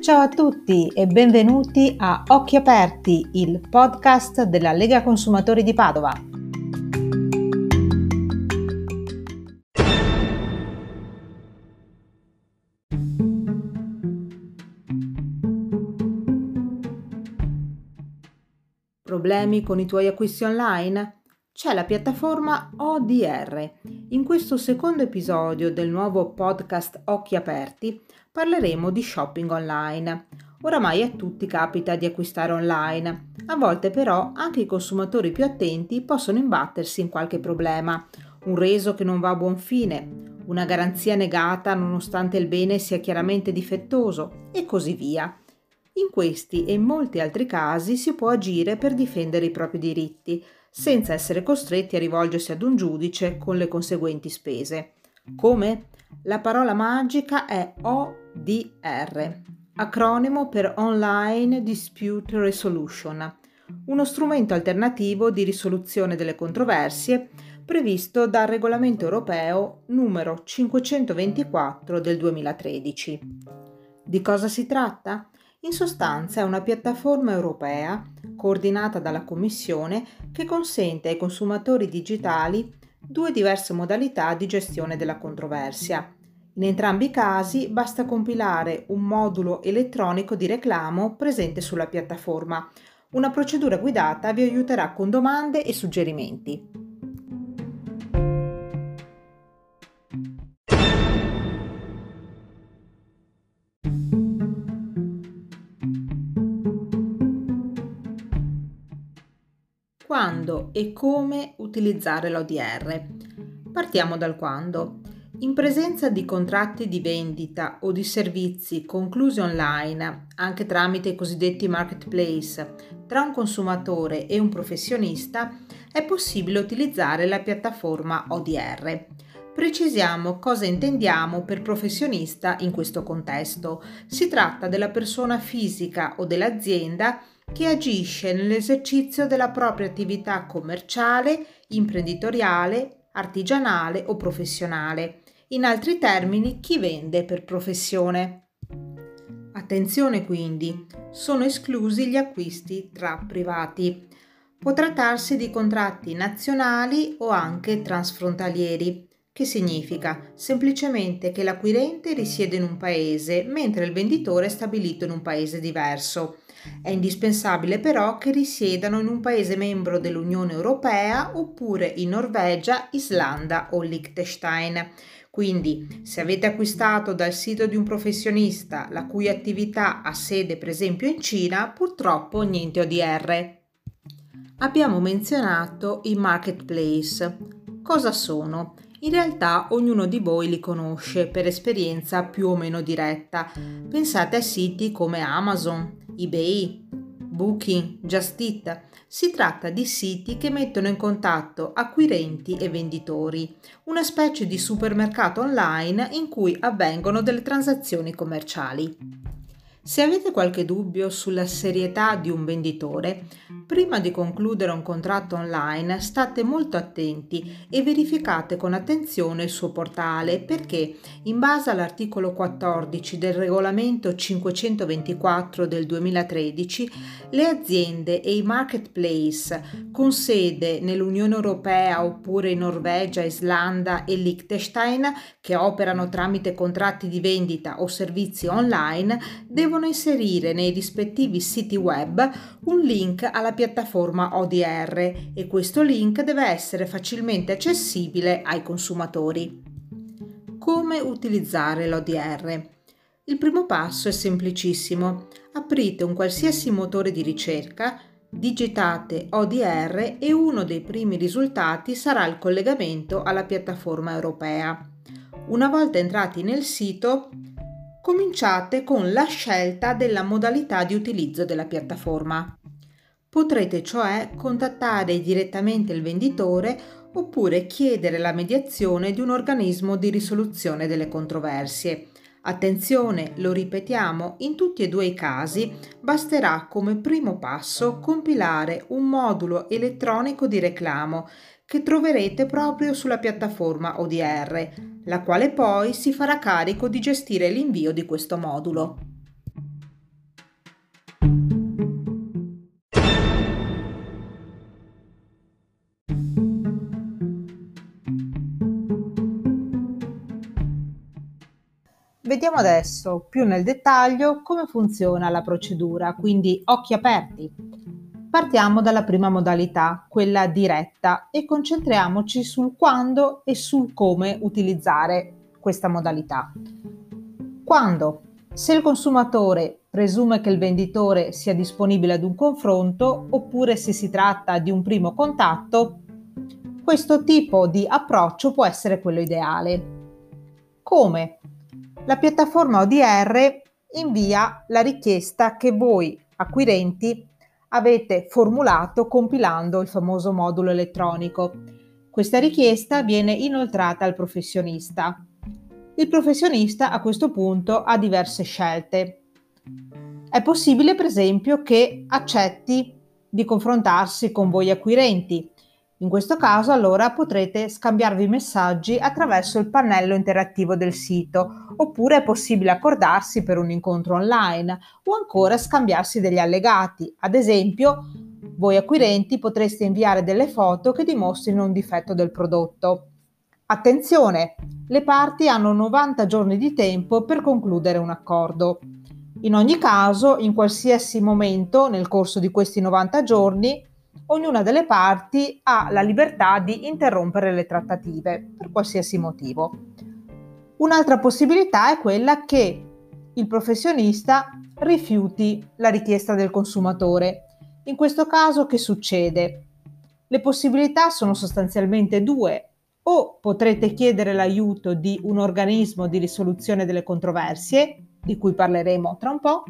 Ciao a tutti e benvenuti a Occhi Aperti, il podcast della Lega Consumatori di Padova. Problemi con i tuoi acquisti online? C'è la piattaforma ODR. In questo secondo episodio del nuovo podcast Occhi Aperti parleremo di shopping online. Oramai a tutti capita di acquistare online. A volte però anche i consumatori più attenti possono imbattersi in qualche problema. Un reso che non va a buon fine, una garanzia negata nonostante il bene sia chiaramente difettoso e così via. In questi e in molti altri casi si può agire per difendere i propri diritti, senza essere costretti a rivolgersi ad un giudice con le conseguenti spese. Come? La parola magica è ODR, acronimo per Online Dispute Resolution, uno strumento alternativo di risoluzione delle controversie previsto dal regolamento europeo numero 524 del 2013. Di cosa si tratta? In sostanza è una piattaforma europea coordinata dalla Commissione che consente ai consumatori digitali due diverse modalità di gestione della controversia. In entrambi i casi basta compilare un modulo elettronico di reclamo presente sulla piattaforma. Una procedura guidata vi aiuterà con domande e suggerimenti. Quando e come utilizzare l'ODR? Partiamo dal quando. In presenza di contratti di vendita o di servizi conclusi online, anche tramite i cosiddetti marketplace, tra un consumatore e un professionista, è possibile utilizzare la piattaforma ODR. Precisiamo cosa intendiamo per professionista in questo contesto. Si tratta della persona fisica o dell'azienda che agisce nell'esercizio della propria attività commerciale, imprenditoriale, artigianale o professionale. In altri termini, chi vende per professione. Attenzione quindi, sono esclusi gli acquisti tra privati. Può trattarsi di contratti nazionali o anche transfrontalieri. Che significa? Semplicemente che l'acquirente risiede in un paese, mentre il venditore è stabilito in un paese diverso. È indispensabile però che risiedano in un paese membro dell'Unione Europea oppure in Norvegia, Islanda o Liechtenstein. Quindi, se avete acquistato dal sito di un professionista la cui attività ha sede per esempio in Cina, purtroppo niente ODR. Abbiamo menzionato i marketplace. Cosa sono? In realtà ognuno di voi li conosce per esperienza più o meno diretta. Pensate a siti come Amazon, eBay, Booking, Just Eat. Si tratta di siti che mettono in contatto acquirenti e venditori, una specie di supermercato online in cui avvengono delle transazioni commerciali. Se avete qualche dubbio sulla serietà di un venditore, prima di concludere un contratto online state molto attenti e verificate con attenzione il suo portale perché, in base all'articolo 14 del regolamento 524 del 2013, le aziende e i marketplace con sede nell'Unione Europea oppure in Norvegia, Islanda e Liechtenstein che operano tramite contratti di vendita o servizi online devono inserire nei rispettivi siti web un link alla piattaforma ODR e questo link deve essere facilmente accessibile ai consumatori. Come utilizzare l'ODR? Il primo passo è semplicissimo. Aprite un qualsiasi motore di ricerca, digitate ODR e uno dei primi risultati sarà il collegamento alla piattaforma europea. Una volta entrati nel sito, cominciate con la scelta della modalità di utilizzo della piattaforma. Potrete cioè contattare direttamente il venditore oppure chiedere la mediazione di un organismo di risoluzione delle controversie. Attenzione, lo ripetiamo, in tutti e due i casi basterà come primo passo compilare un modulo elettronico di reclamo che troverete proprio sulla piattaforma ODR, la quale poi si farà carico di gestire l'invio di questo modulo. Vediamo adesso più nel dettaglio come funziona la procedura, quindi occhi aperti. Partiamo dalla prima modalità, quella diretta, e concentriamoci sul quando e sul come utilizzare questa modalità. Quando? Se il consumatore presume che il venditore sia disponibile ad un confronto oppure se si tratta di un primo contatto, questo tipo di approccio può essere quello ideale. Come? La piattaforma ODR invia la richiesta che voi, acquirenti, avete formulato compilando il famoso modulo elettronico. Questa richiesta viene inoltrata al professionista. Il professionista a questo punto ha diverse scelte. È possibile, per esempio, che accetti di confrontarsi con voi acquirenti. In questo caso, allora, potrete scambiarvi messaggi attraverso il pannello interattivo del sito, oppure è possibile accordarsi per un incontro online o ancora scambiarsi degli allegati. Ad esempio, voi acquirenti potreste inviare delle foto che dimostrino un difetto del prodotto. Attenzione! Le parti hanno 90 giorni di tempo per concludere un accordo. In ogni caso, in qualsiasi momento nel corso di questi 90 giorni, ognuna delle parti ha la libertà di interrompere le trattative per qualsiasi motivo. Un'altra possibilità è quella che il professionista rifiuti la richiesta del consumatore. In questo caso che succede? Le possibilità sono sostanzialmente due. O potrete chiedere l'aiuto di un organismo di risoluzione delle controversie, di cui parleremo tra un po',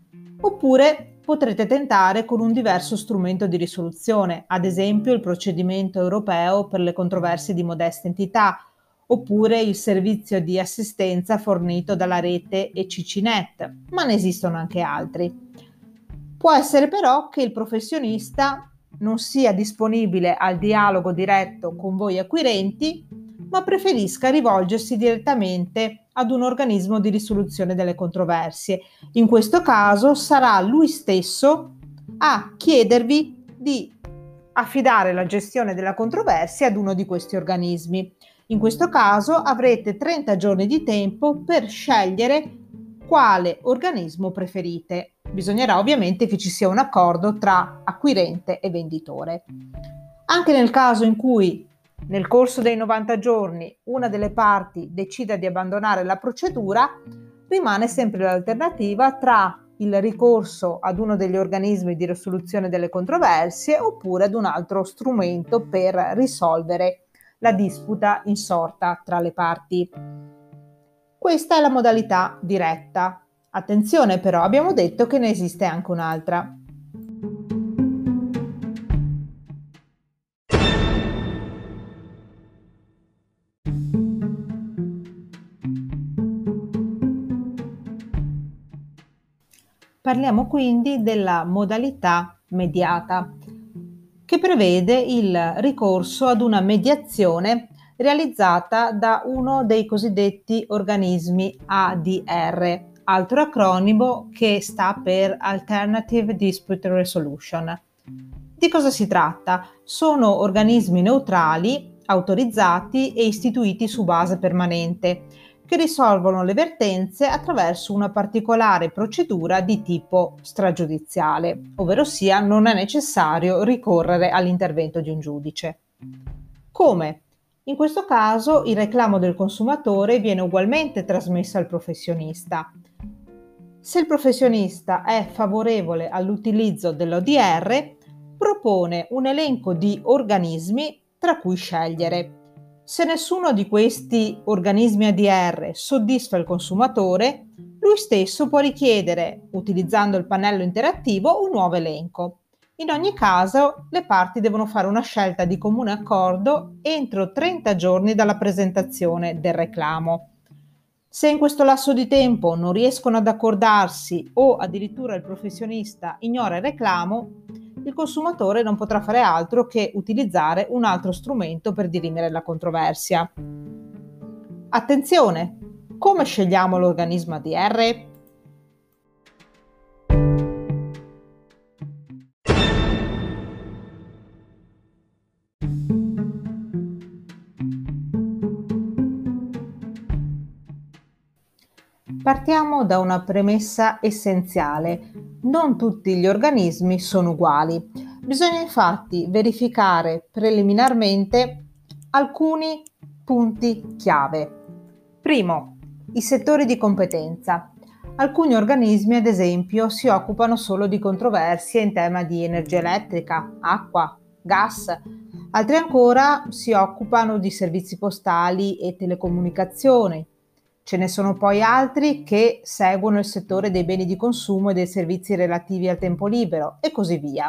oppure potrete tentare con un diverso strumento di risoluzione, ad esempio il procedimento europeo per le controversie di modesta entità, oppure il servizio di assistenza fornito dalla rete ECCnet, ma ne esistono anche altri. Può essere però che il professionista non sia disponibile al dialogo diretto con voi acquirenti, ma preferisca rivolgersi direttamente ad un organismo di risoluzione delle controversie. In questo caso sarà lui stesso a chiedervi di affidare la gestione della controversia ad uno di questi organismi. In questo caso avrete 30 giorni di tempo per scegliere quale organismo preferite. Bisognerà ovviamente che ci sia un accordo tra acquirente e venditore. Anche nel caso in cui nel corso dei 90 giorni una delle parti decida di abbandonare la procedura, rimane sempre l'alternativa tra il ricorso ad uno degli organismi di risoluzione delle controversie oppure ad un altro strumento per risolvere la disputa insorta tra le parti. Questa è la modalità diretta. Attenzione però, abbiamo detto che ne esiste anche un'altra. Parliamo quindi della modalità mediata, che prevede il ricorso ad una mediazione realizzata da uno dei cosiddetti organismi ADR, altro acronimo che sta per Alternative Dispute Resolution. Di cosa si tratta? Sono organismi neutrali, autorizzati e istituiti su base permanente, che risolvono le vertenze attraverso una particolare procedura di tipo stragiudiziale, ovverosia non è necessario ricorrere all'intervento di un giudice. Come? In questo caso il reclamo del consumatore viene ugualmente trasmesso al professionista. Se il professionista è favorevole all'utilizzo dell'ODR, propone un elenco di organismi tra cui scegliere. Se nessuno di questi organismi ADR soddisfa il consumatore, lui stesso può richiedere, utilizzando il pannello interattivo, un nuovo elenco. In ogni caso, le parti devono fare una scelta di comune accordo entro 30 giorni dalla presentazione del reclamo. Se in questo lasso di tempo non riescono ad accordarsi o addirittura il professionista ignora il reclamo, il consumatore non potrà fare altro che utilizzare un altro strumento per dirimere la controversia. Attenzione! Come scegliamo l'organismo ADR? Partiamo da una premessa essenziale. Non tutti gli organismi sono uguali. Bisogna infatti verificare preliminarmente alcuni punti chiave. Primo, i settori di competenza. Alcuni organismi, ad esempio, si occupano solo di controversie in tema di energia elettrica, acqua, gas. Altri ancora si occupano di servizi postali e telecomunicazioni. Ce ne sono poi altri che seguono il settore dei beni di consumo e dei servizi relativi al tempo libero e così via.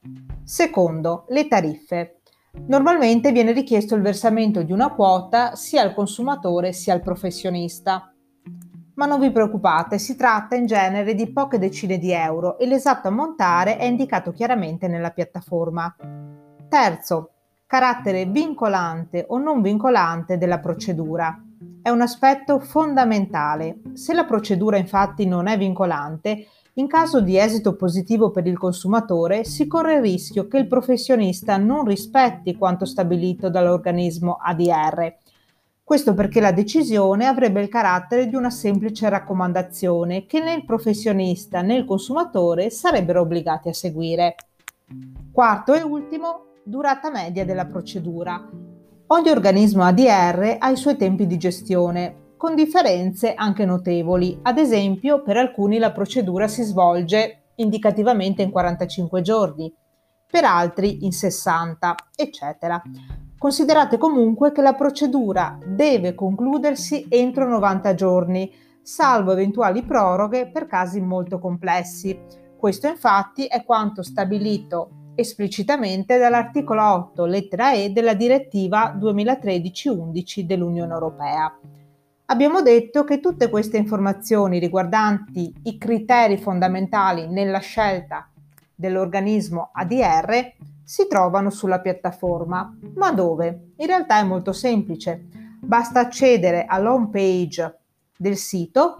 Secondo, le tariffe. Normalmente viene richiesto il versamento di una quota sia al consumatore sia al professionista. Ma non vi preoccupate, si tratta in genere di poche decine di euro e l'esatto ammontare è indicato chiaramente nella piattaforma. Terzo, carattere vincolante o non vincolante della procedura. È un aspetto fondamentale. Se la procedura infatti non è vincolante, in caso di esito positivo per il consumatore, si corre il rischio che il professionista non rispetti quanto stabilito dall'organismo ADR. Questo perché la decisione avrebbe il carattere di una semplice raccomandazione che né il professionista né il consumatore sarebbero obbligati a seguire. Quarto e ultimo, durata media della procedura. Ogni organismo ADR ha i suoi tempi di gestione, con differenze anche notevoli. Ad esempio, per alcuni la procedura si svolge indicativamente in 45 giorni, per altri in 60, eccetera. Considerate comunque che la procedura deve concludersi entro 90 giorni, salvo eventuali proroghe per casi molto complessi. Questo infatti è quanto stabilito esplicitamente dall'articolo 8, lettera E della direttiva 2013/11 dell'Unione Europea. Abbiamo detto che tutte queste informazioni riguardanti i criteri fondamentali nella scelta dell'organismo ADR si trovano sulla piattaforma. Ma dove? In realtà è molto semplice. Basta accedere all'home page del sito,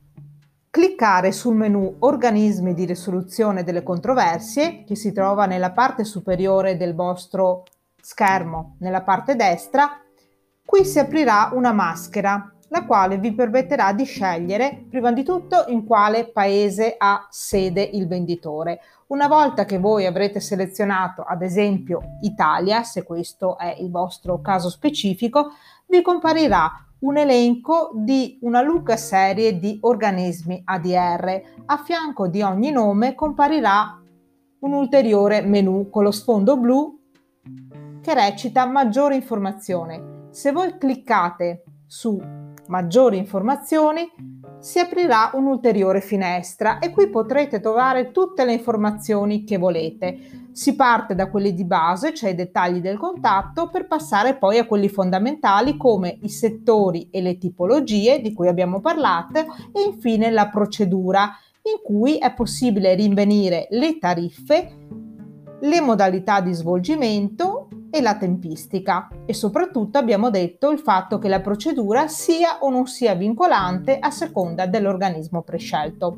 cliccare sul menu Organismi di risoluzione delle controversie, che si trova nella parte superiore del vostro schermo, nella parte destra. Qui si aprirà una maschera, la quale vi permetterà di scegliere, prima di tutto, in quale paese ha sede il venditore. Una volta che voi avrete selezionato, ad esempio, Italia, se questo è il vostro caso specifico, vi comparirà un elenco di una lunga serie di organismi ADR. A fianco di ogni nome comparirà un ulteriore menu con lo sfondo blu che recita maggiori informazioni. Se voi cliccate su maggiori informazioni, si aprirà un'ulteriore finestra e qui potrete trovare tutte le informazioni che volete. Si parte da quelli di base, cioè i dettagli del contatto, per passare poi a quelli fondamentali come i settori e le tipologie di cui abbiamo parlato e infine la procedura, in cui è possibile rinvenire le tariffe, le modalità di svolgimento e la tempistica, e soprattutto abbiamo detto il fatto che la procedura sia o non sia vincolante a seconda dell'organismo prescelto.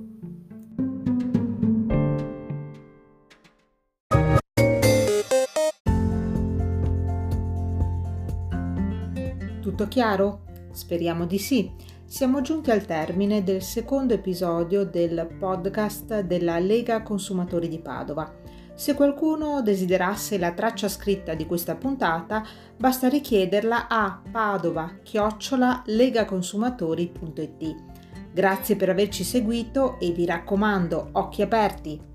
Tutto chiaro? Speriamo di sì. Siamo giunti al termine del secondo episodio del podcast della Lega Consumatori di Padova. Se qualcuno desiderasse la traccia scritta di questa puntata, basta richiederla a padova@legaconsumatori.it. Grazie per averci seguito e vi raccomando, occhi aperti!